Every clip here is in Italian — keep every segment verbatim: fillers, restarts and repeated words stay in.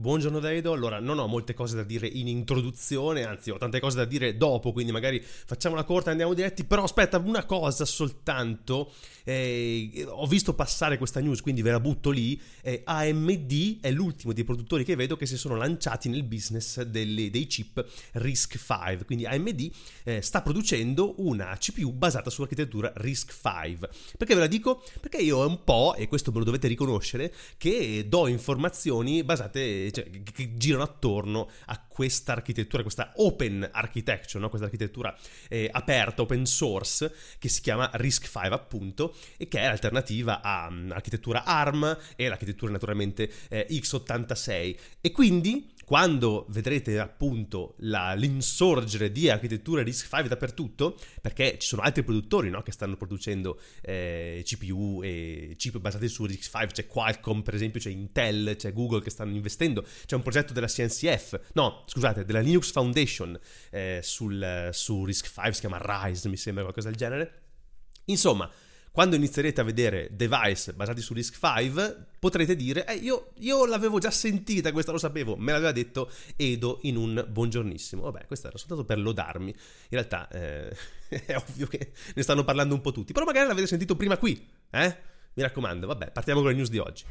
Buongiorno Daido, allora non ho molte cose da dire in introduzione, anzi ho tante cose da dire dopo, quindi magari facciamo una corta e andiamo diretti, però aspetta, una cosa soltanto, eh, ho visto passare questa news, quindi ve la butto lì, eh, A M D è l'ultimo dei produttori che vedo che si sono lanciati nel business delle, dei chip RISC V, quindi A M D eh, sta producendo una C P U basata sull'architettura RISC V. Perché ve la dico? Perché io è un po', e questo me lo dovete riconoscere, che do informazioni basate, cioè, che girano attorno a questa architettura, questa open architecture, no? Questa architettura eh, aperta, open source, che si chiama RISC V appunto, e che è l'alternativa all'architettura A R M e l'architettura naturalmente eh, x ottantasei. E quindi quando vedrete appunto la, l'insorgere di architetture RISC V dappertutto, perché ci sono altri produttori, no, che stanno producendo eh, C P U e chip basati su RISC V, c'è Qualcomm per esempio, c'è Intel, c'è Google che stanno investendo, c'è un progetto della C N C F, no scusate, della Linux Foundation eh, sul, su RISC V, si chiama RISE mi sembra, qualcosa del genere. Insomma, quando inizierete a vedere device basati su RISC V, potrete dire, eh, io, io l'avevo già sentita, questa lo sapevo, me l'aveva detto Edo in un buongiornissimo. Vabbè, questo era soltanto per lodarmi. In realtà eh, è ovvio che ne stanno parlando un po' tutti, però magari l'avete sentito prima qui, eh? Mi raccomando, vabbè, partiamo con le news di oggi.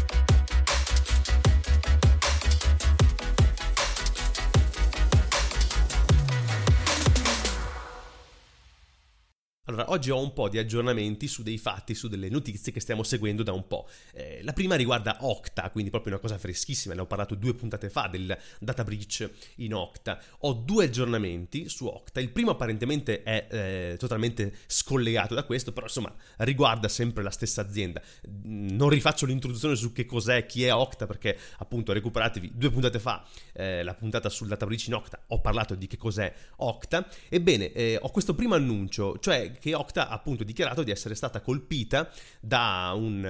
Allora, oggi ho un po' di aggiornamenti su dei fatti, su delle notizie che stiamo seguendo da un po'. Eh, la prima riguarda Okta, quindi proprio una cosa freschissima, ne ho parlato due puntate fa del data breach in Okta. Ho due aggiornamenti su Okta, il primo apparentemente è eh, totalmente scollegato da questo, però insomma riguarda sempre la stessa azienda. Non rifaccio l'introduzione su che cos'è, chi è Okta, perché appunto recuperatevi due puntate fa eh, la puntata sul data breach in Okta, ho parlato di che cos'è Okta. Ebbene, eh, ho questo primo annuncio, cioè che Okta ha appunto dichiarato di essere stata colpita da un,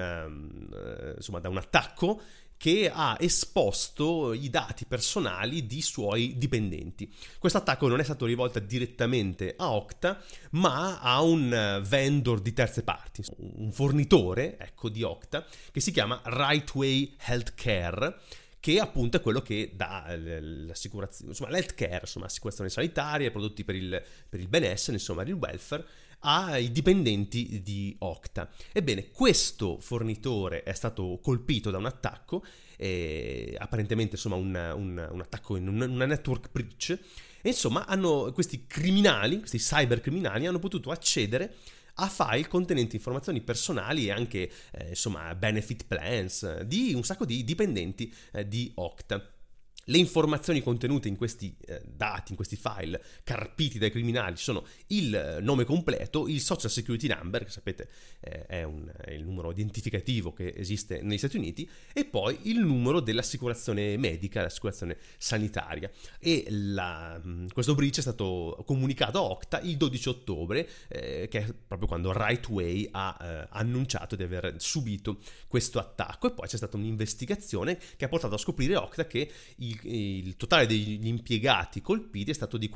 uh, insomma, da un attacco che ha esposto i dati personali di suoi dipendenti. Questo attacco non è stato rivolto direttamente a Okta, ma a un vendor di terze parti, un fornitore, ecco, di Okta, che si chiama Rightway Healthcare, che appunto è quello che dà l'assicurazione, insomma l'healthcare, insomma assicurazioni sanitarie, prodotti per il, per il benessere, insomma il welfare, ai dipendenti di Okta. Ebbene, questo fornitore è stato colpito da un attacco, eh, apparentemente insomma un, un, un attacco in una, una network breach, e insomma hanno, questi criminali, questi cybercriminali hanno potuto accedere a file contenenti informazioni personali e anche eh, insomma benefit plans di un sacco di dipendenti eh, di Okta. Le informazioni contenute in questi eh, dati, in questi file carpiti dai criminali sono il nome completo, il social security number, che sapete eh, è, un, è il numero identificativo che esiste negli Stati Uniti, e poi il numero dell'assicurazione medica, l'assicurazione sanitaria. E la, questo breach è stato comunicato a Okta il dodici ottobre, eh, che è proprio quando Rightway ha eh, annunciato di aver subito questo attacco, e poi c'è stata un'investigazione che ha portato a scoprire Okta che il il totale degli impiegati colpiti è stato di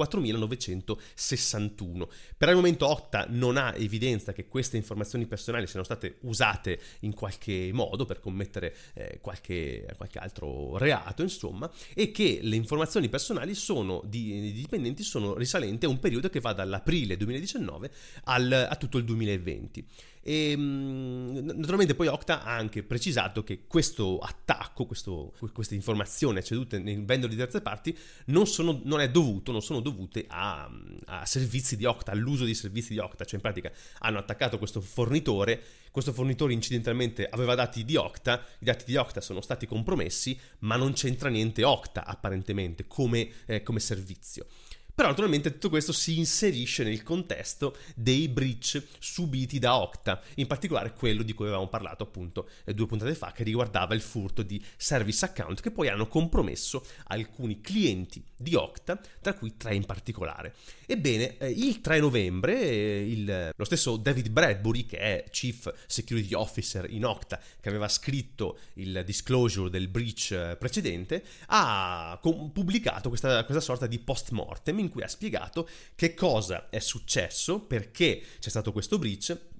quattromilanovecentosessantuno. Per il momento Okta non ha evidenza che queste informazioni personali siano state usate in qualche modo per commettere eh, qualche, qualche altro reato, insomma, e che le informazioni personali sono di, di dipendenti sono risalenti a un periodo che va dall'aprile duemiladiciannove al, a tutto il duemilaventi. E naturalmente poi Okta ha anche precisato che questo attacco, questo, queste informazioni accedute nei vendor di terze parti non, sono, non è dovuto, non sono dovute a, a servizi di Okta, all'uso di servizi di Okta, cioè in pratica hanno attaccato questo fornitore, questo fornitore incidentalmente aveva dati di Okta, i dati di Okta sono stati compromessi, ma non c'entra niente Okta apparentemente come, eh, come servizio. Però naturalmente tutto questo si inserisce nel contesto dei breach subiti da Okta, in particolare quello di cui avevamo parlato appunto due puntate fa, che riguardava il furto di service account, che poi hanno compromesso alcuni clienti di Okta, tra cui tre in particolare. Ebbene, il tre novembre il, lo stesso David Bradbury, che è Chief Security Officer in Okta, che aveva scritto il disclosure del breach precedente, ha pubblicato questa, questa sorta di post mortem in cui ha spiegato che cosa è successo, perché c'è stato questo breach,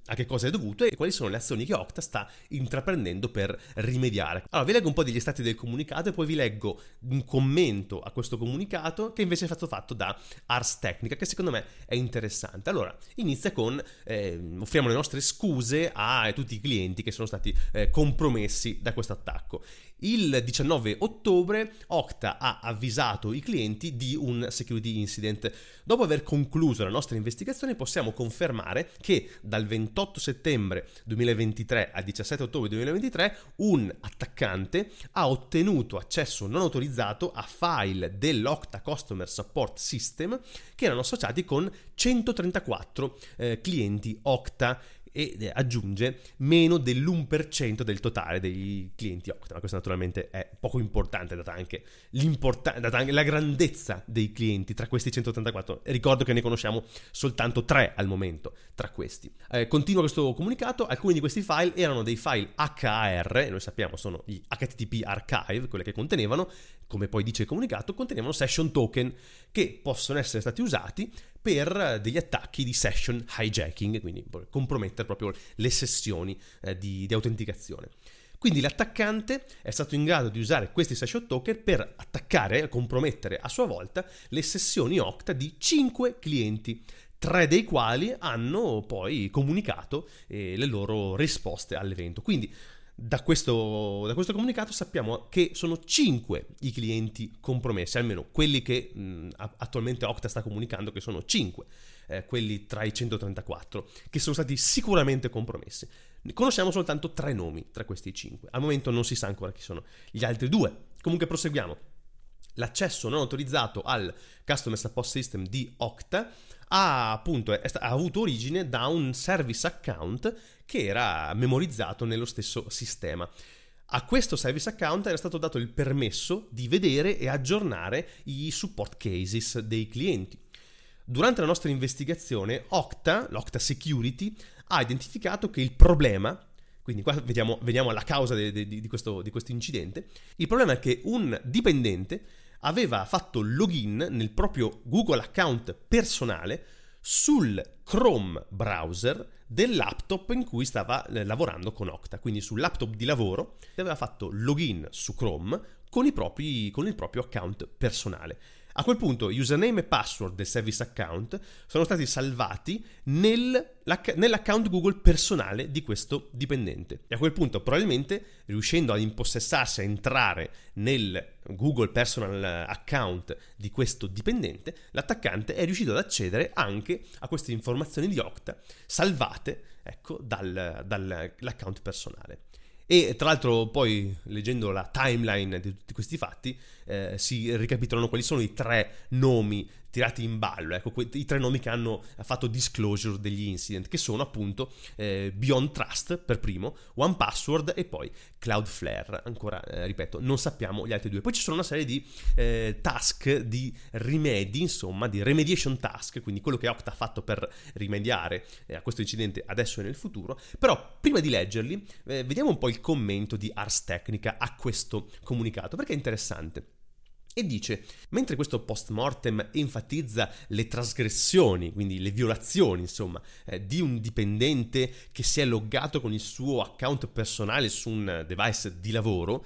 a che cosa è dovuto e quali sono le azioni che Okta sta intraprendendo per rimediare. Allora, vi leggo un po' degli estratti del comunicato e poi vi leggo un commento a questo comunicato che invece è stato fatto da Ars Technica, che secondo me è interessante. Allora, inizia con eh, offriamo le nostre scuse a tutti i clienti che sono stati eh, compromessi da questo attacco. Il diciannove ottobre Okta ha avvisato i clienti di un security incident. Dopo aver concluso la nostra investigazione possiamo confermare che dal ventotto settembre duemilaventitré al diciassette ottobre duemilaventitré un attaccante ha ottenuto accesso non autorizzato a file dell'Okta Customer Support System che erano associati con centotrentaquattro eh, clienti Okta, e aggiunge meno dell'uno per cento del totale dei clienti Okta, ma questo naturalmente è poco importante data anche, data anche la grandezza dei clienti tra questi centotrentaquattro. Ricordo che ne conosciamo soltanto tre al momento tra questi. Eh, continua questo comunicato: alcuni di questi file erano dei file H A R, noi sappiamo sono gli H T T P archive, quelle che contenevano, come poi dice il comunicato, contenevano session token che possono essere stati usati per degli attacchi di session hijacking, quindi compromettere proprio le sessioni eh, di, di autenticazione. Quindi l'attaccante è stato in grado di usare questi session token per attaccare e compromettere a sua volta le sessioni Okta di cinque clienti, tre dei quali hanno poi comunicato eh, le loro risposte all'evento. Quindi Da questo, da questo comunicato sappiamo che sono cinque i clienti compromessi, almeno quelli che mh, attualmente Okta sta comunicando che sono cinque, eh, quelli tra i centotrentaquattro, che sono stati sicuramente compromessi. Conosciamo soltanto tre nomi tra questi cinque. Al momento non si sa ancora chi sono gli altri due. Comunque proseguiamo. L'accesso non autorizzato al Customer Support System di Okta ha appunto è, ha avuto origine da un service account che era memorizzato nello stesso sistema. A questo service account era stato dato il permesso di vedere e aggiornare i support cases dei clienti. Durante la nostra investigazione, Okta, l'Okta Security, ha identificato che il problema, quindi qua vediamo, vediamo la causa di, di, di, questo, di questo incidente, il problema è che un dipendente aveva fatto login nel proprio Google account personale sul Chrome browser del laptop in cui stava lavorando con Okta, quindi sul laptop di lavoro aveva fatto login su Chrome con, i propri, con il proprio account personale. A quel punto username e password del service account sono stati salvati nel, nell'account Google personale di questo dipendente e a quel punto probabilmente riuscendo ad impossessarsi a entrare nel Google personal account di questo dipendente, l'attaccante è riuscito ad accedere anche a queste informazioni di Okta salvate, ecco, dal, dall'account personale. E tra l'altro poi leggendo la timeline di tutti questi fatti eh, si ricapitolano quali sono i tre nomi tirati in ballo, ecco, que- i tre nomi che hanno fatto disclosure degli incident, che sono appunto eh, Beyond Trust per primo, one password e poi Cloudflare. Ancora eh, ripeto, non sappiamo gli altri due. Poi ci sono una serie di eh, task, di rimedi, insomma, di remediation task, quindi quello che Okta ha fatto per rimediare eh, a questo incidente adesso e nel futuro. Però prima di leggerli eh, vediamo un po' il commento di Ars Technica a questo comunicato, perché è interessante. E dice: mentre questo post-mortem enfatizza le trasgressioni, quindi le violazioni, insomma, eh, di un dipendente che si è loggato con il suo account personale su un device di lavoro,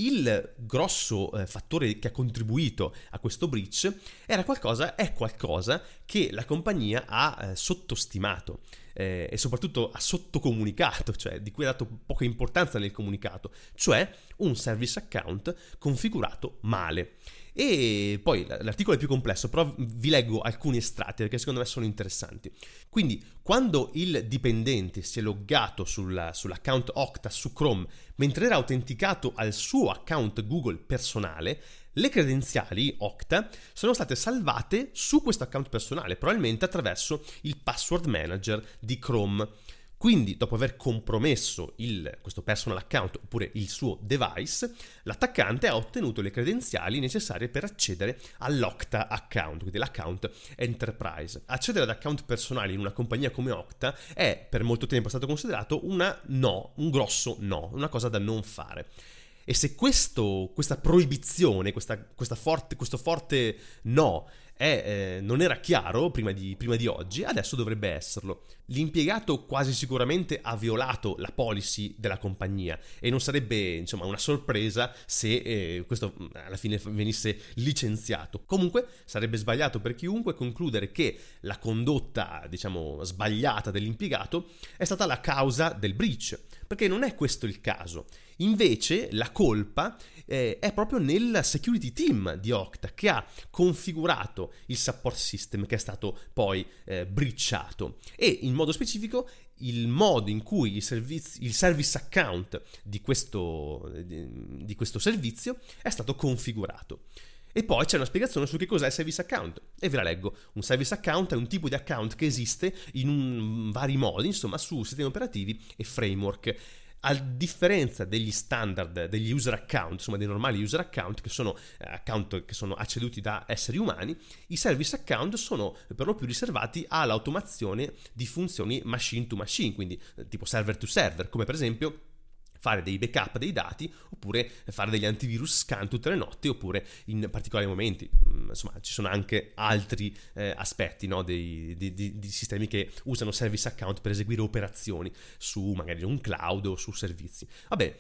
il grosso eh, fattore che ha contribuito a questo breach era qualcosa, è qualcosa che la compagnia ha eh, sottostimato eh, e soprattutto ha sottocomunicato, cioè di cui ha dato poca importanza nel comunicato, cioè un service account configurato male. E poi l'articolo è più complesso, però vi leggo alcuni estratti perché secondo me sono interessanti. Quindi quando il dipendente si è loggato sulla, sull'account Okta su Chrome mentre era autenticato al suo account Google personale, le credenziali Okta sono state salvate su questo account personale, probabilmente attraverso il password manager di Chrome. Quindi, dopo aver compromesso il, questo personal account oppure il suo device, l'attaccante ha ottenuto le credenziali necessarie per accedere all'Okta account, quindi l'account enterprise. Accedere ad account personali in una compagnia come Okta è per molto tempo stato considerato una no, un grosso no, una cosa da non fare. E se questo, questa proibizione, questa, questa forte, questo forte no è, eh, non era chiaro prima di, prima di oggi, adesso dovrebbe esserlo. L'impiegato quasi sicuramente ha violato la policy della compagnia e non sarebbe, insomma, una sorpresa se eh, questo alla fine venisse licenziato. Comunque sarebbe sbagliato per chiunque concludere che la condotta, diciamo, sbagliata dell'impiegato è stata la causa del breach, perché non è questo il caso. Invece la colpa eh, è proprio nel security team di Okta, che ha configurato il support system che è stato poi eh, breachato, e in modo specifico il modo in cui il servizio, il service account di questo, di, di questo servizio è stato configurato. E poi c'è una spiegazione su che cos'è il service account, e ve la leggo. Un service account è un tipo di account che esiste in un, vari modi, insomma, su sistemi operativi e framework. A differenza degli standard, degli user account, insomma dei normali user account, che sono eh, account che sono acceduti da esseri umani, i service account sono per lo più riservati all'automazione di funzioni machine to machine, quindi eh, tipo server to server, come per esempio fare dei backup dei dati, oppure fare degli antivirus scan tutte le notti, oppure in particolari momenti. Insomma, ci sono anche altri eh, aspetti, no, dei, di, di, di sistemi che usano service account per eseguire operazioni su magari un cloud o su servizi. Vabbè,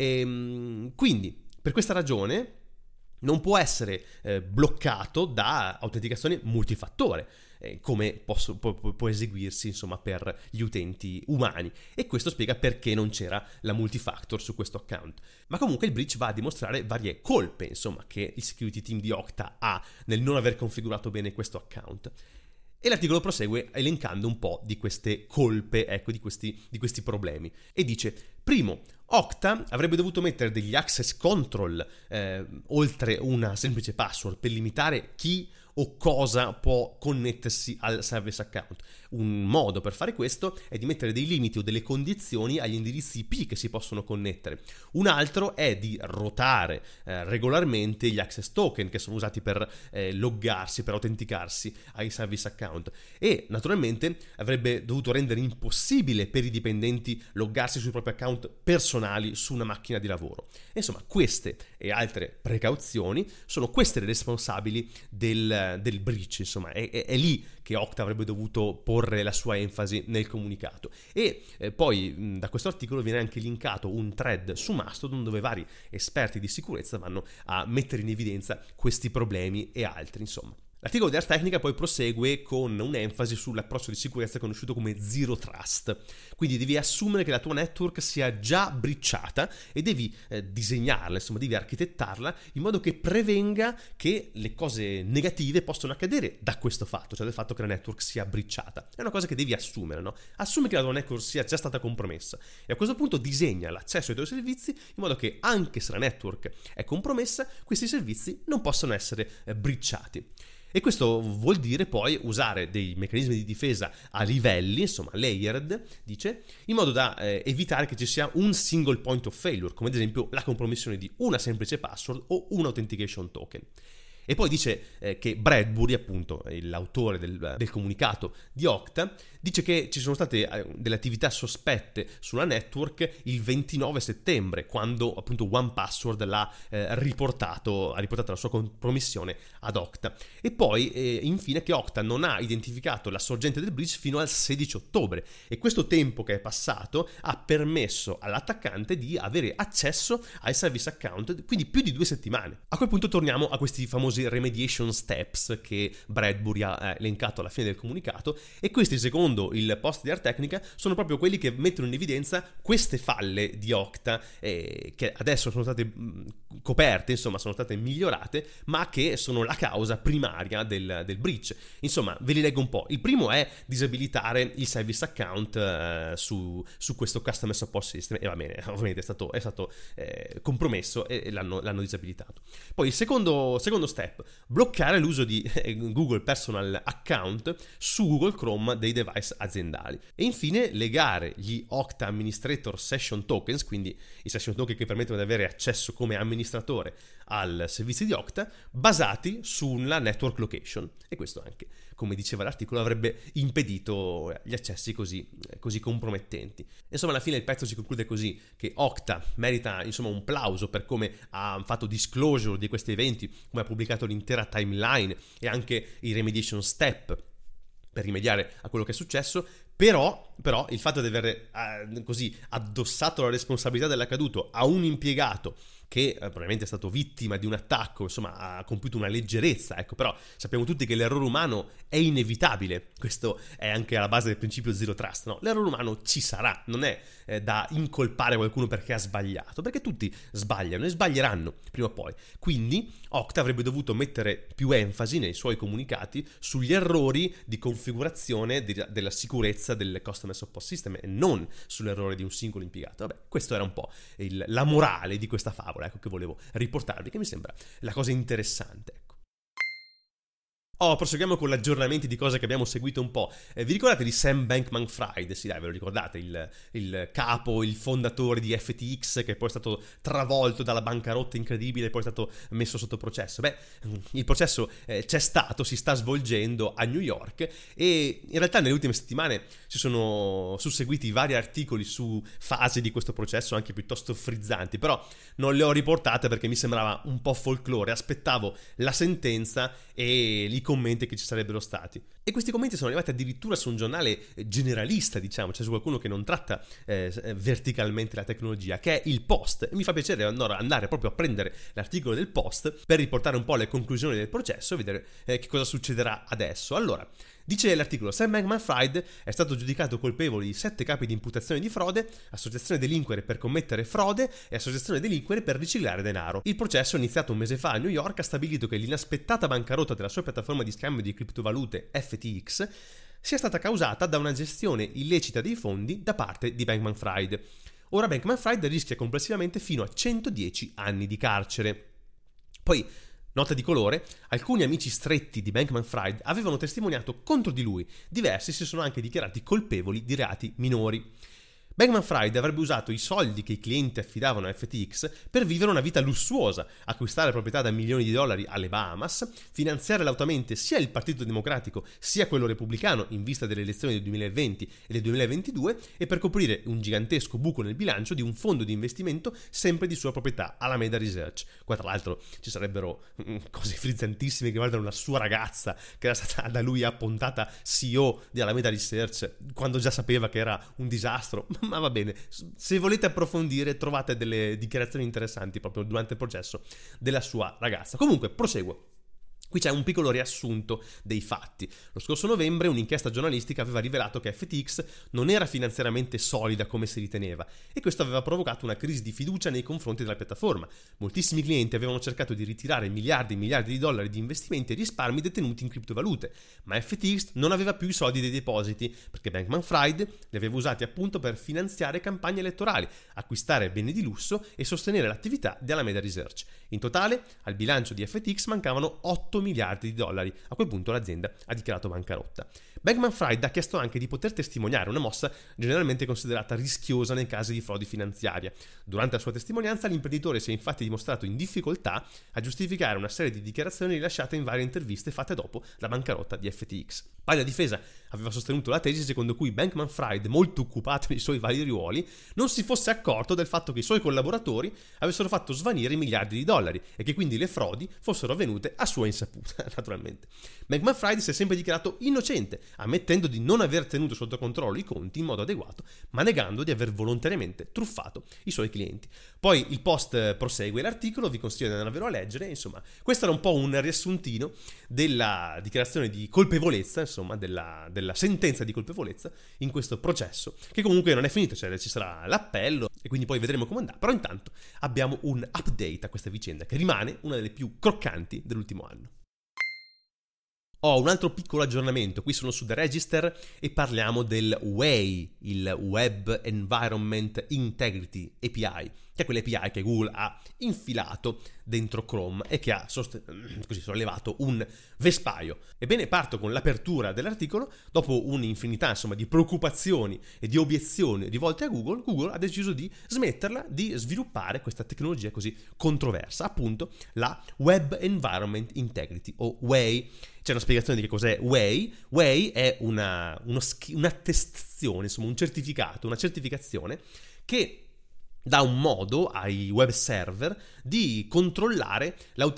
ehm, quindi per questa ragione non può essere eh, bloccato da autenticazione multifattore, eh, come posso, può, può eseguirsi, insomma, per gli utenti umani, e questo spiega perché non c'era la multifactor su questo account. Ma comunque il breach va a dimostrare varie colpe, insomma, che il security team di Okta ha nel non aver configurato bene questo account. E l'articolo prosegue elencando un po' di queste colpe, ecco, di questi, di questi problemi. E dice: primo, Okta avrebbe dovuto mettere degli access control eh, oltre una semplice password per limitare chi o cosa può connettersi al service account. Un modo per fare questo è di mettere dei limiti o delle condizioni agli indirizzi I P che si possono connettere. Un altro è di rotare eh, regolarmente gli access token che sono usati per eh, loggarsi, per autenticarsi ai service account, e naturalmente avrebbe dovuto rendere impossibile per i dipendenti loggarsi sui propri account personali su una macchina di lavoro. Insomma, queste e altre precauzioni sono queste le responsabili del, del breach. Insomma, è, è, è lì che Okta avrebbe dovuto porre la sua enfasi nel comunicato. E eh, poi mh, da questo articolo viene anche linkato un thread su Mastodon dove vari esperti di sicurezza vanno a mettere in evidenza questi problemi e altri, insomma. L'articolo di Ars Technica poi prosegue con un'enfasi sull'approccio di sicurezza conosciuto come Zero Trust. Quindi devi assumere che la tua network sia già breachata e devi eh, disegnarla, insomma devi architettarla in modo che prevenga che le cose negative possano accadere da questo fatto, cioè del fatto che la network sia breachata. È una cosa che devi assumere, no? Assumi che la tua network sia già stata compromessa e a questo punto disegna l'accesso ai tuoi servizi in modo che anche se la network è compromessa, questi servizi non possano essere eh, breachati. E questo vuol dire poi usare dei meccanismi di difesa a livelli, insomma layered, dice, in modo da eh, evitare che ci sia un single point of failure, come ad esempio la compromissione di una semplice password o un authentication token. E poi dice eh, che Bradbury, appunto l'autore del, del comunicato di Okta, dice che ci sono state eh, delle attività sospette sulla network il ventinove settembre, quando appunto one password l'ha eh, riportato, ha riportato la sua compromissione ad Okta. E poi eh, infine che Okta non ha identificato la sorgente del breach fino al sedici ottobre, e questo tempo che è passato ha permesso all'attaccante di avere accesso ai service account, quindi più di due settimane. A quel punto torniamo a questi famosi remediation steps che Bradbury ha elencato alla fine del comunicato, e questi, secondo il post di Ars Technica, sono proprio quelli che mettono in evidenza queste falle di Okta eh, che adesso sono state mh, coperte, insomma sono state migliorate, ma che sono la causa primaria del, del breach. Insomma, ve li leggo un po'. Il primo è disabilitare il service account eh, su, su questo customer support system, e va bene, ovviamente è stato, è stato eh, compromesso e, e l'hanno, l'hanno disabilitato. Poi il secondo, secondo step: bloccare l'uso di Google Personal Account su Google Chrome dei device aziendali. E infine legare gli Okta Administrator Session Tokens, quindi i session token che permettono di avere accesso come amministratore amministratore al servizio di Okta, basati sulla network location, e questo anche, come diceva l'articolo, avrebbe impedito gli accessi così, così compromettenti. Insomma, alla fine il pezzo si conclude così, che Okta merita insomma un plauso per come ha fatto disclosure di questi eventi, come ha pubblicato l'intera timeline e anche i remediation step per rimediare a quello che è successo. Però, però il fatto di aver eh, così addossato la responsabilità dell'accaduto a un impiegato che eh, probabilmente è stato vittima di un attacco, insomma ha compiuto una leggerezza, ecco, però sappiamo tutti che l'errore umano è inevitabile, questo è anche alla base del principio zero trust, no? L'errore umano ci sarà, non è eh, da incolpare qualcuno perché ha sbagliato, perché tutti sbagliano e sbaglieranno prima o poi, quindi Okta avrebbe dovuto mettere più enfasi nei suoi comunicati sugli errori di configurazione di, della sicurezza del customer support system e non sull'errore di un singolo impiegato. Vabbè, questo era un po' il, la morale di questa favola, ecco, che volevo riportarvi, che mi sembra la cosa interessante, ecco. Oh, proseguiamo con gli aggiornamenti di cose che abbiamo seguito un po'. Eh, vi ricordate di Sam Bankman-Fried? Sì, dai, ve lo ricordate, il, il capo, il fondatore di F T X, che poi è stato travolto dalla bancarotta incredibile e poi è stato messo sotto processo. Beh, il processo eh, c'è stato, si sta svolgendo a New York e in realtà nelle ultime settimane si sono susseguiti vari articoli su fasi di questo processo, anche piuttosto frizzanti, però non le ho riportate perché mi sembrava un po' folklore. Aspettavo la sentenza e i commenti che ci sarebbero stati, e questi commenti sono arrivati addirittura su un giornale generalista, diciamo, cioè su qualcuno che non tratta eh, verticalmente la tecnologia, che è il Post, e mi fa piacere andare proprio a prendere l'articolo del Post per riportare un po' le conclusioni del processo e vedere eh, che cosa succederà adesso. Allora, dice l'articolo: Sam Bankman-Fried è stato giudicato colpevole di sette capi di imputazione di frode, associazione delinquere per commettere frode e associazione delinquere per riciclare denaro. Il processo, iniziato un mese fa a New York, ha stabilito che l'inaspettata bancarotta della sua piattaforma di scambio di criptovalute F T X sia stata causata da una gestione illecita dei fondi da parte di Bankman-Fried. Ora Bankman-Fried rischia complessivamente fino a centodieci anni di carcere. Poi, nota di colore, alcuni amici stretti di Bankman-Fried avevano testimoniato contro di lui, diversi si sono anche dichiarati colpevoli di reati minori. Bankman-Fried avrebbe usato i soldi che i clienti affidavano a F T X per vivere una vita lussuosa, acquistare proprietà da milioni di dollari alle Bahamas, finanziare lautamente sia il Partito Democratico sia quello repubblicano in vista delle elezioni del duemilaventi e del duemilaventidue, e per coprire un gigantesco buco nel bilancio di un fondo di investimento sempre di sua proprietà, Alameda Research. Qua tra l'altro ci sarebbero mm, cose frizzantissime che riguardano la sua ragazza, che era stata da lui appuntata C E O di Alameda Research quando già sapeva che era un disastro. Ma va bene, se volete approfondire trovate delle dichiarazioni interessanti proprio durante il processo della sua ragazza. Comunque, proseguo. Qui c'è un piccolo riassunto dei fatti. Lo scorso novembre un'inchiesta giornalistica aveva rivelato che F T X non era finanziariamente solida come si riteneva, e questo aveva provocato una crisi di fiducia nei confronti della piattaforma. Moltissimi clienti avevano cercato di ritirare miliardi e miliardi di dollari di investimenti e risparmi detenuti in criptovalute, ma F T X non aveva più i soldi dei depositi, perché Bankman-Fried li aveva usati appunto per finanziare campagne elettorali, acquistare beni di lusso e sostenere l'attività di Alameda Research. In totale, al bilancio di F T X mancavano otto miliardi di dollari. A quel punto l'azienda ha dichiarato bancarotta. Bankman-Fried ha chiesto anche di poter testimoniare, una mossa generalmente considerata rischiosa nei casi di frodi finanziaria. Durante la sua testimonianza l'imprenditore si è infatti dimostrato in difficoltà a giustificare una serie di dichiarazioni rilasciate in varie interviste fatte dopo la bancarotta di F T X. Poi la difesa aveva sostenuto la tesi secondo cui Bankman-Fried, molto occupato nei suoi vari ruoli, non si fosse accorto del fatto che i suoi collaboratori avessero fatto svanire miliardi di dollari e che quindi le frodi fossero avvenute a sua insaputa, naturalmente. Bankman-Fried si è sempre dichiarato innocente, ammettendo di non aver tenuto sotto controllo i conti in modo adeguato, ma negando di aver volontariamente truffato i suoi clienti. Poi il Post prosegue l'articolo, vi consiglio di andarvelo a leggere. Insomma, questo era un po' un riassuntino della dichiarazione di colpevolezza, insomma, della, della sentenza di colpevolezza in questo processo, che comunque non è finito, cioè ci sarà l'appello e quindi poi vedremo come andrà. Però intanto abbiamo un update a questa vicenda che rimane una delle più croccanti dell'ultimo anno. Ho oh, un altro piccolo aggiornamento, qui sono su The Register e parliamo del W E I, il Web Environment Integrity A P I, che è quell'A P I che Google ha infilato dentro Chrome e che ha sost- così sollevato un vespaio. Ebbene, parto con l'apertura dell'articolo. Dopo un'infinità, insomma, di preoccupazioni e di obiezioni rivolte a Google, Google ha deciso di smetterla di sviluppare questa tecnologia così controversa, appunto la Web Environment Integrity, o W E I. C'è una spiegazione di che cos'è W E I. W E I è una, uno sch- un'attestazione, insomma un certificato, una certificazione che dà un modo ai web server di controllare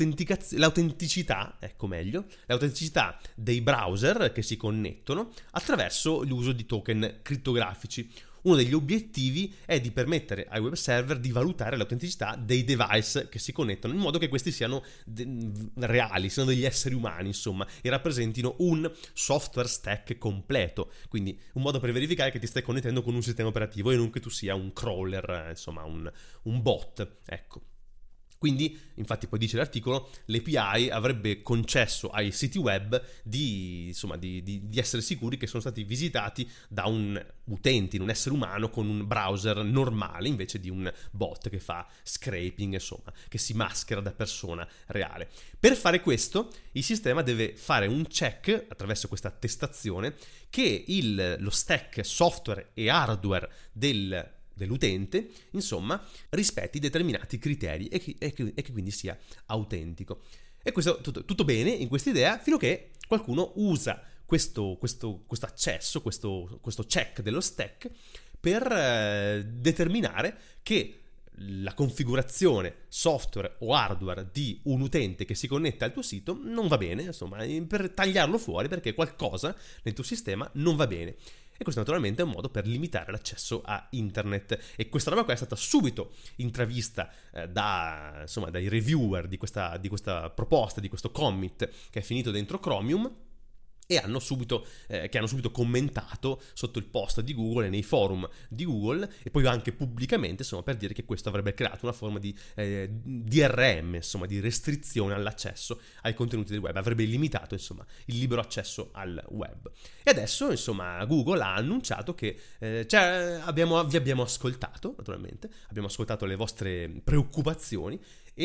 l'autenticità, ecco meglio, l'autenticità dei browser che si connettono attraverso l'uso di token crittografici. Uno degli obiettivi è di permettere ai web server di valutare l'autenticità dei device che si connettono, in modo che questi siano de- reali, siano degli esseri umani, insomma, e rappresentino un software stack completo. Quindi un modo per verificare che ti stai connettendo con un sistema operativo e non che tu sia un crawler, insomma, un, un bot, ecco. Quindi, infatti, poi dice l'articolo, l'A P I avrebbe concesso ai siti web di, insomma, di, di, di essere sicuri che sono stati visitati da un utente, un essere umano con un browser normale, invece di un bot che fa scraping, insomma, che si maschera da persona reale. Per fare questo, il sistema deve fare un check attraverso questa attestazione che il, lo stack software e hardware del dell'utente, insomma, rispetti determinati criteri e che, e che, e che quindi sia autentico. E questo tutto, tutto bene in questa idea, fino a che qualcuno usa questo, questo, questo accesso, questo, questo check dello stack per eh, determinare che la configurazione software o hardware di un utente che si connette al tuo sito non va bene, insomma, per tagliarlo fuori perché qualcosa nel tuo sistema non va bene. E questo naturalmente è un modo per limitare l'accesso a internet, e questa roba qua è stata subito intravista eh, da, insomma, dai reviewer di questa, di questa proposta, di questo commit che è finito dentro Chromium, e hanno subito, eh, che hanno subito commentato sotto il post di Google e nei forum di Google, e poi anche pubblicamente, insomma, per dire che questo avrebbe creato una forma di eh, D R M, insomma, di restrizione all'accesso ai contenuti del web, avrebbe limitato, insomma, il libero accesso al web. E adesso, insomma, Google ha annunciato che eh, cioè, abbiamo, vi abbiamo ascoltato, naturalmente, abbiamo ascoltato le vostre preoccupazioni,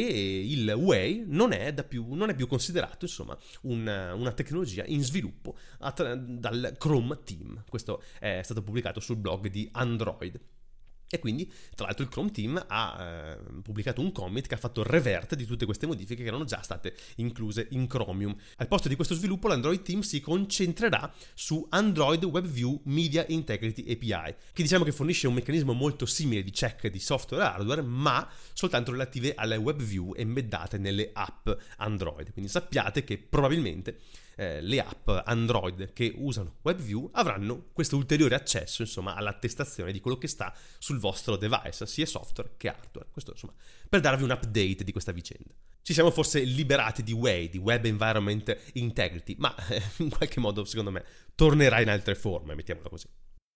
e il W E I non è, da più, non è più considerato, insomma, una, una tecnologia in sviluppo attra- dal Chrome Team. Questo è stato pubblicato sul blog di Android. E quindi, tra l'altro, il Chrome Team ha eh, pubblicato un commit che ha fatto revert di tutte queste modifiche che erano già state incluse in Chromium. Al posto di questo sviluppo, l'Android Team si concentrerà su Android WebView Media Integrity A P I, che diciamo che fornisce un meccanismo molto simile di check di software e hardware, ma soltanto relative alle WebView embeddate nelle app Android. Quindi sappiate che probabilmente Eh, le app Android che usano WebView avranno questo ulteriore accesso, insomma, all'attestazione di quello che sta sul vostro device, sia software che hardware. Questo, insomma, per darvi un update di questa vicenda. Ci siamo forse liberati di W E I, di Web Environment Integrity, ma eh, in qualche modo, secondo me, tornerà in altre forme, mettiamola così.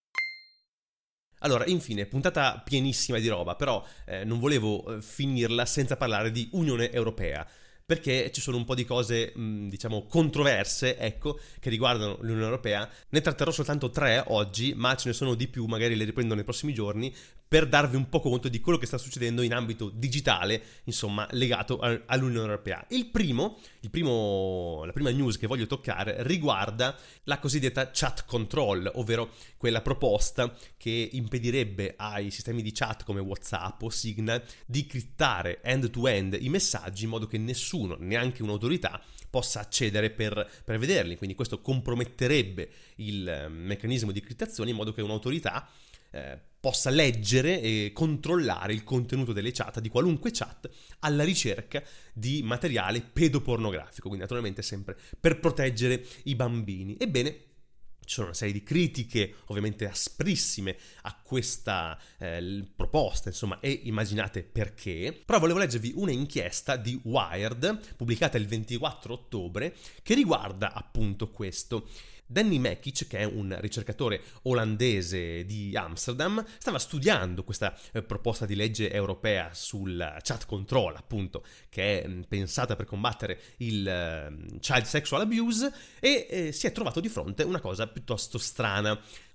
Allora, infine, puntata pienissima di roba, però eh, non volevo eh, finirla senza parlare di Unione Europea, perché ci sono un po' di cose, mh, diciamo, controverse, ecco, che riguardano l'Unione Europea. Ne tratterò soltanto tre oggi, ma ce ne sono di più, magari le riprendo nei prossimi giorni, per darvi un po' conto di quello che sta succedendo in ambito digitale, insomma, legato a, all'Unione Europea. Il primo, il primo, la prima news che voglio toccare riguarda la cosiddetta chat control, ovvero quella proposta che impedirebbe ai sistemi di chat come WhatsApp o Signal di crittare end-to-end i messaggi in modo che nessuno, neanche un'autorità, possa accedere per, per vederli. Quindi questo comprometterebbe il meccanismo di crittazione in modo che un'autorità eh, possa leggere e controllare il contenuto delle chat, di qualunque chat, alla ricerca di materiale pedopornografico, quindi naturalmente sempre per proteggere i bambini. Ebbene, ci sono una serie di critiche ovviamente asprissime a questa eh, proposta, insomma, e immaginate perché. Però volevo leggervi una inchiesta di Wired pubblicata il ventiquattro ottobre che riguarda appunto questo. Danny Mekic, che è un ricercatore olandese di Amsterdam, stava studiando questa eh, proposta di legge europea sul chat control, appunto, che è mh, pensata per combattere il eh, child sexual abuse, e eh, si è trovato di fronte a una cosa piuttosto strana.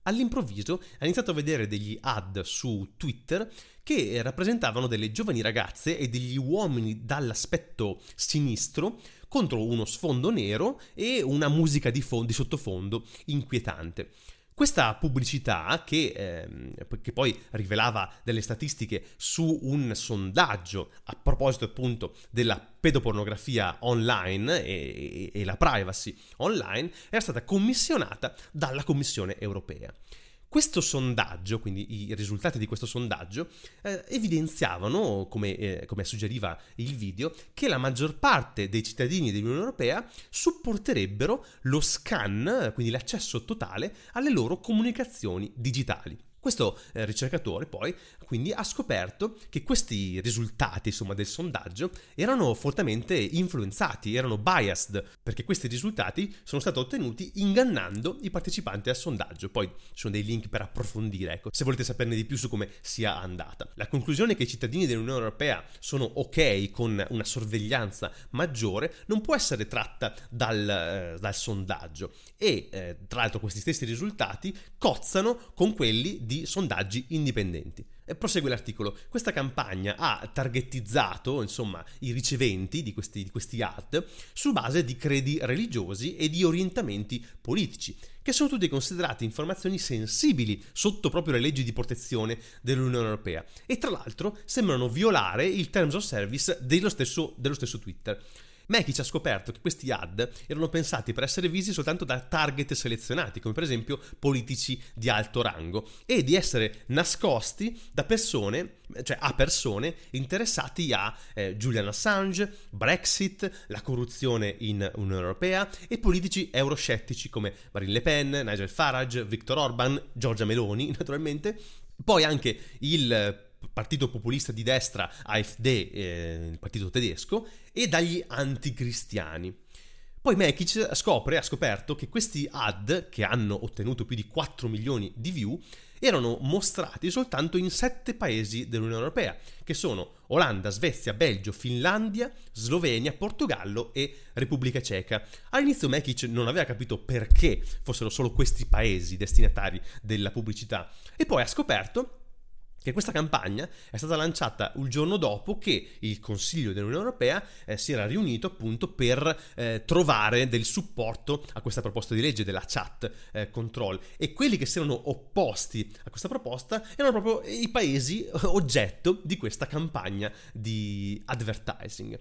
all'improvviso ha iniziato a vedere degli ad su Twitter che rappresentavano delle giovani ragazze e degli uomini dall'aspetto sinistro contro uno sfondo nero e una musica di, fondo, di sottofondo inquietante. Questa pubblicità, che, eh, che poi rivelava delle statistiche su un sondaggio a proposito appunto della pedopornografia online e, e, e la privacy online, era stata commissionata dalla Commissione europea. Questo sondaggio, quindi i risultati di questo sondaggio, eh, evidenziavano, come, eh, come suggeriva il video, che la maggior parte dei cittadini dell'Unione Europea supporterebbero lo scan, quindi l'accesso totale alle loro comunicazioni digitali. Questo eh, ricercatore poi quindi ha scoperto che questi risultati, insomma, del sondaggio erano fortemente influenzati, erano biased, perché questi risultati sono stati ottenuti ingannando i partecipanti al sondaggio. Poi ci sono dei link per approfondire, ecco, se volete saperne di più su come sia andata. La conclusione è che i cittadini dell'Unione Europea sono ok con una sorveglianza maggiore non può essere tratta dal, eh, dal sondaggio e eh, tra l'altro questi stessi risultati cozzano con quelli di sondaggi indipendenti. E prosegue l'articolo. Questa campagna ha targetizzato, insomma, i riceventi di questi, di questi ad su base di credi religiosi e di orientamenti politici, che sono tutti considerati informazioni sensibili sotto proprio le leggi di protezione dell'Unione Europea e tra l'altro sembrano violare il Terms of Service dello stesso, dello stesso Twitter. Mekic ha scoperto che questi ad erano pensati per essere visti soltanto da target selezionati, come per esempio politici di alto rango, e di essere nascosti da persone, cioè a persone interessati a eh, Julian Assange, Brexit, la corruzione in Unione Europea e politici euroscettici come Marine Le Pen, Nigel Farage, Viktor Orban, Giorgia Meloni, naturalmente. Poi anche il partito populista di destra A F D, eh, il partito tedesco, e dagli anticristiani. Poi Mekic scopre, ha scoperto che questi ad, che hanno ottenuto più di quattro milioni di view, erano mostrati soltanto in sette paesi dell'Unione Europea, che sono Olanda, Svezia, Belgio, Finlandia, Slovenia, Portogallo e Repubblica Ceca. All'inizio Mekic non aveva capito perché fossero solo questi paesi destinatari della pubblicità, e poi ha scoperto che questa campagna è stata lanciata il giorno dopo che il Consiglio dell'Unione Europea eh, si era riunito appunto per eh, trovare del supporto a questa proposta di legge della chat eh, control, e quelli che si erano opposti a questa proposta erano proprio i paesi oggetto di questa campagna di advertising.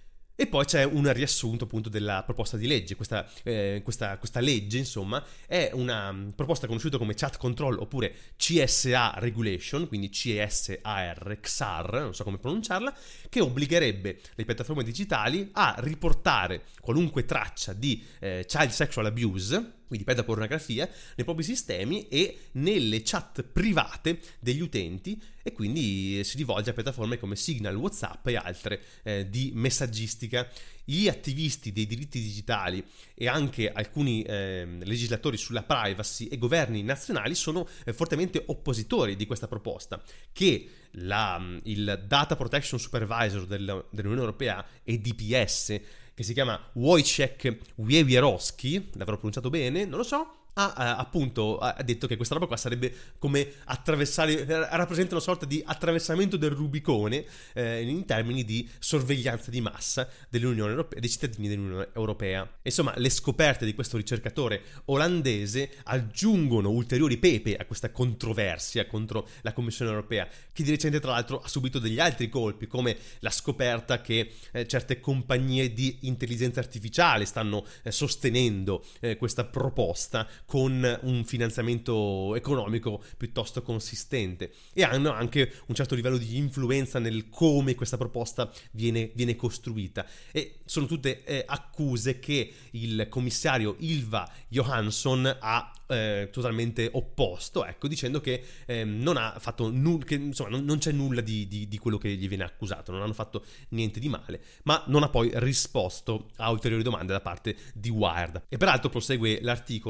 E poi c'è un riassunto appunto della proposta di legge. Questa, eh, questa, questa legge, insomma, è una proposta conosciuta come Chat Control oppure C S A Regulation, quindi C S A R, X A R, non so come pronunciarla, che obbligherebbe le piattaforme digitali a riportare qualunque traccia di eh, child sexual abuse, quindi pedopornografia, nei propri sistemi e nelle chat private degli utenti, e quindi si rivolge a piattaforme come Signal, WhatsApp e altre eh, di messaggistica. Gli attivisti dei diritti digitali e anche alcuni eh, legislatori sulla privacy e governi nazionali sono eh, fortemente oppositori di questa proposta, che la, il Data Protection Supervisor del, dell'Unione Europea E D P S, che si chiama Wojciech Wiewiorowski, l'avrò pronunciato bene, non lo so, ha eh, appunto ha detto che questa roba qua sarebbe come attraversare, rappresenta una sorta di attraversamento del Rubicone eh, in termini di sorveglianza di massa dell'Unione Europea, dei cittadini dell'Unione Europea. Insomma, le scoperte di questo ricercatore olandese aggiungono ulteriori pepe a questa controversia contro la Commissione Europea, che di recente tra l'altro ha subito degli altri colpi, come la scoperta che eh, certe compagnie di intelligenza artificiale stanno eh, sostenendo eh, questa proposta con un finanziamento economico piuttosto consistente, e hanno anche un certo livello di influenza nel come questa proposta viene, viene costruita, e sono tutte eh, accuse che il commissario Ylva Johansson ha eh, totalmente opposto, ecco, dicendo che eh, non ha fatto nulla, che insomma non, non c'è nulla di, di, di quello che gli viene accusato, non hanno fatto niente di male, ma non ha poi risposto a ulteriori domande da parte di Wired. E peraltro, prosegue l'articolo,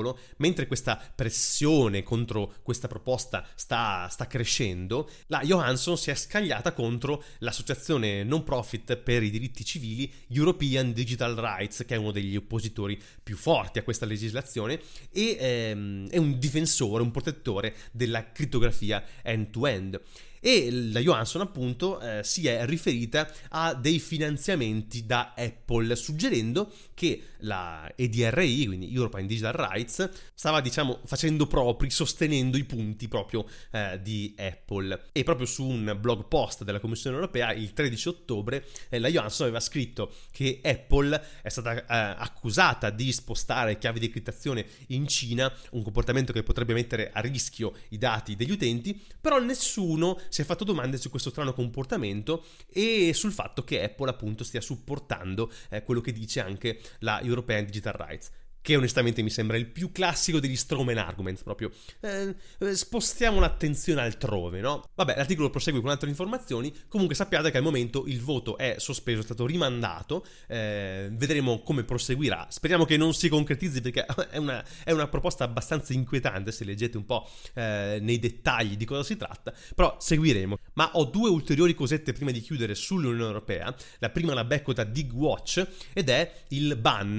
mentre questa pressione contro questa proposta sta, sta crescendo, la Johansson si è scagliata contro l'associazione non profit per i diritti civili European Digital Rights, che è uno degli oppositori più forti a questa legislazione e ehm, è un difensore, un protettore della crittografia end-to-end. E la Johansson appunto eh, si è riferita a dei finanziamenti da Apple, suggerendo che la E D R I, quindi European Digital Rights, stava diciamo facendo propri, sostenendo i punti proprio eh, di Apple. E proprio su un blog post della Commissione Europea il tredici ottobre eh, la Johansson aveva scritto che Apple è stata eh, accusata di spostare chiavi di criptazione in Cina, un comportamento che potrebbe mettere a rischio i dati degli utenti, però nessuno si è fatto domande su questo strano comportamento e sul fatto che Apple appunto stia supportando eh, quello che dice anche la European Digital Rights, che onestamente mi sembra il più classico degli strawman arguments, proprio eh, spostiamo l'attenzione altrove, no? Vabbè, l'articolo prosegue con altre informazioni. Comunque sappiate che al momento il voto è sospeso, è stato rimandato, eh, vedremo come proseguirà, speriamo che non si concretizzi perché è una, è una proposta abbastanza inquietante se leggete un po' eh, nei dettagli di cosa si tratta, però seguiremo. Ma ho due ulteriori cosette prima di chiudere sull'Unione Europea. La prima la becco da DigWatch ed è il ban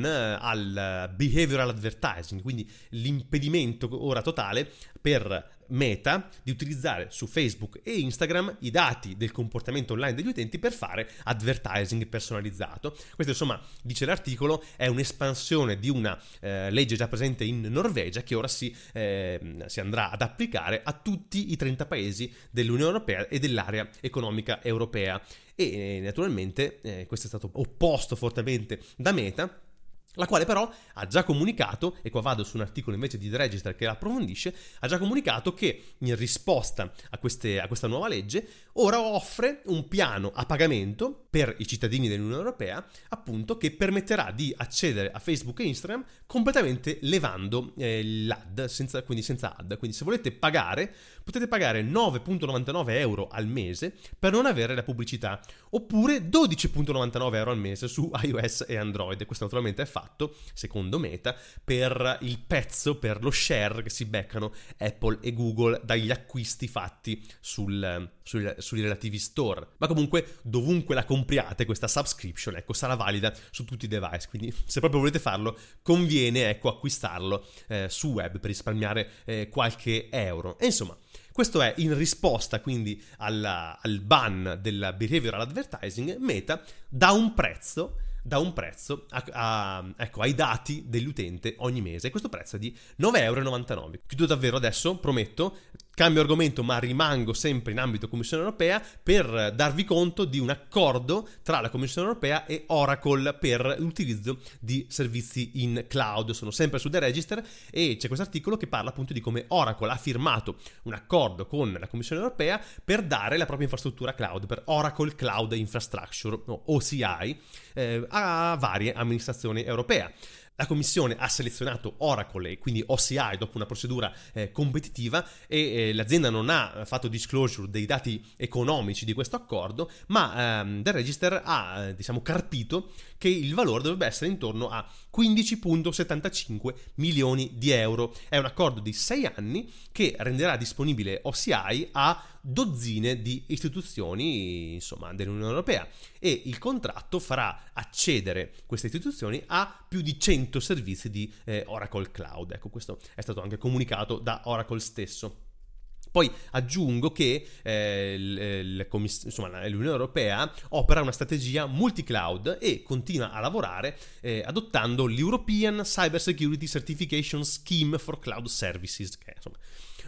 al behavior behavioral advertising, quindi l'impedimento ora totale per Meta di utilizzare su Facebook e Instagram i dati del comportamento online degli utenti per fare advertising personalizzato. Questo insomma, dice l'articolo, è un'espansione di una eh, legge già presente in Norvegia che ora si, eh, si andrà ad applicare a tutti i trenta paesi dell'Unione Europea e dell'area economica europea e eh, naturalmente eh, questo è stato opposto fortemente da Meta, la quale però ha già comunicato, e qua vado su un articolo invece di The Register che la approfondisce, ha già comunicato che in risposta a, queste, a questa nuova legge ora offre un piano a pagamento per i cittadini dell'Unione Europea, appunto, che permetterà di accedere a Facebook e Instagram completamente levando eh, l'ad, senza, quindi senza ad. Quindi se volete pagare, potete pagare nove virgola novantanove euro al mese per non avere la pubblicità, oppure dodici virgola novantanove euro al mese su iOS e Android. Questo naturalmente è fatto, secondo Meta, per il pezzo, per lo share che si beccano Apple e Google dagli acquisti fatti sul, sul, sui relativi store. Ma comunque dovunque la compriate questa subscription, ecco, sarà valida su tutti i device, quindi se proprio volete farlo conviene, ecco, acquistarlo eh, su web per risparmiare eh, qualche euro. E insomma, questo è in risposta quindi alla, al ban del behavioral advertising. Meta dà un prezzo da un prezzo a, a, ecco, ai dati dell'utente ogni mese, e questo prezzo è di nove virgola novantanove euro. Chiudo davvero adesso, prometto, cambio argomento ma rimango sempre in ambito Commissione Europea per darvi conto di un accordo tra la Commissione Europea e Oracle per l'utilizzo di servizi in cloud. Sono sempre su The Register e c'è questo articolo che parla appunto di come Oracle ha firmato un accordo con la Commissione Europea per dare la propria infrastruttura cloud, per Oracle Cloud Infrastructure, o C I, eh, a varie amministrazioni europee. La Commissione ha selezionato Oracle e quindi O C I dopo una procedura eh, competitiva e eh, l'azienda non ha fatto disclosure dei dati economici di questo accordo, ma ehm, The Register ha eh, diciamo carpito che il valore dovrebbe essere intorno a quindici virgola settantacinque milioni di euro. È un accordo di sei anni che renderà disponibile O C I a dozzine di istituzioni, insomma, dell'Unione Europea, e il contratto farà accedere queste istituzioni a più di cento servizi di eh, Oracle Cloud. Ecco, questo è stato anche comunicato da Oracle stesso. Poi aggiungo che eh, l- l- commiss- insomma, l'Unione Europea opera una strategia multi-cloud e continua a lavorare eh, adottando l'European Cyber Security Certification Scheme for Cloud Services, che è insomma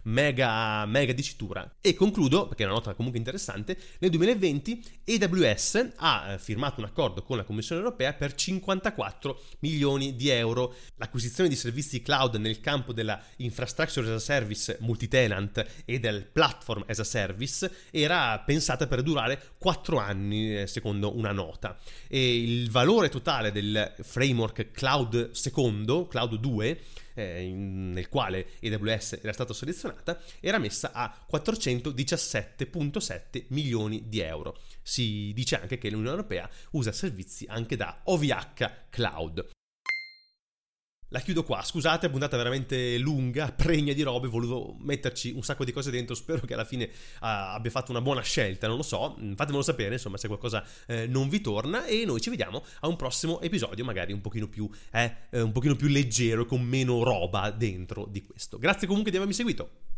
mega, mega dicitura. E concludo, perché è una nota comunque interessante, nel duemilaventi A W S ha firmato un accordo con la Commissione Europea per cinquantaquattro milioni di euro. L'acquisizione di servizi cloud nel campo della Infrastructure as a Service multitenant e del Platform as a Service era pensata per durare quattro anni, secondo una nota. E il valore totale del framework Cloud secondo, Cloud due, eh, in, nel quale A W S era stata selezionata, era messa a quattrocentodiciassette virgola sette milioni di euro. Si dice anche che l'Unione Europea usa servizi anche da O V H Cloud. La chiudo qua, scusate, puntata veramente lunga, pregna di robe, volevo metterci un sacco di cose dentro, spero che alla fine uh, abbia fatto una buona scelta, non lo so, fatemelo sapere, insomma, se qualcosa eh, non vi torna, e noi ci vediamo a un prossimo episodio, magari un pochino più, eh, un pochino più leggero e con meno roba dentro di questo. Grazie comunque di avermi seguito.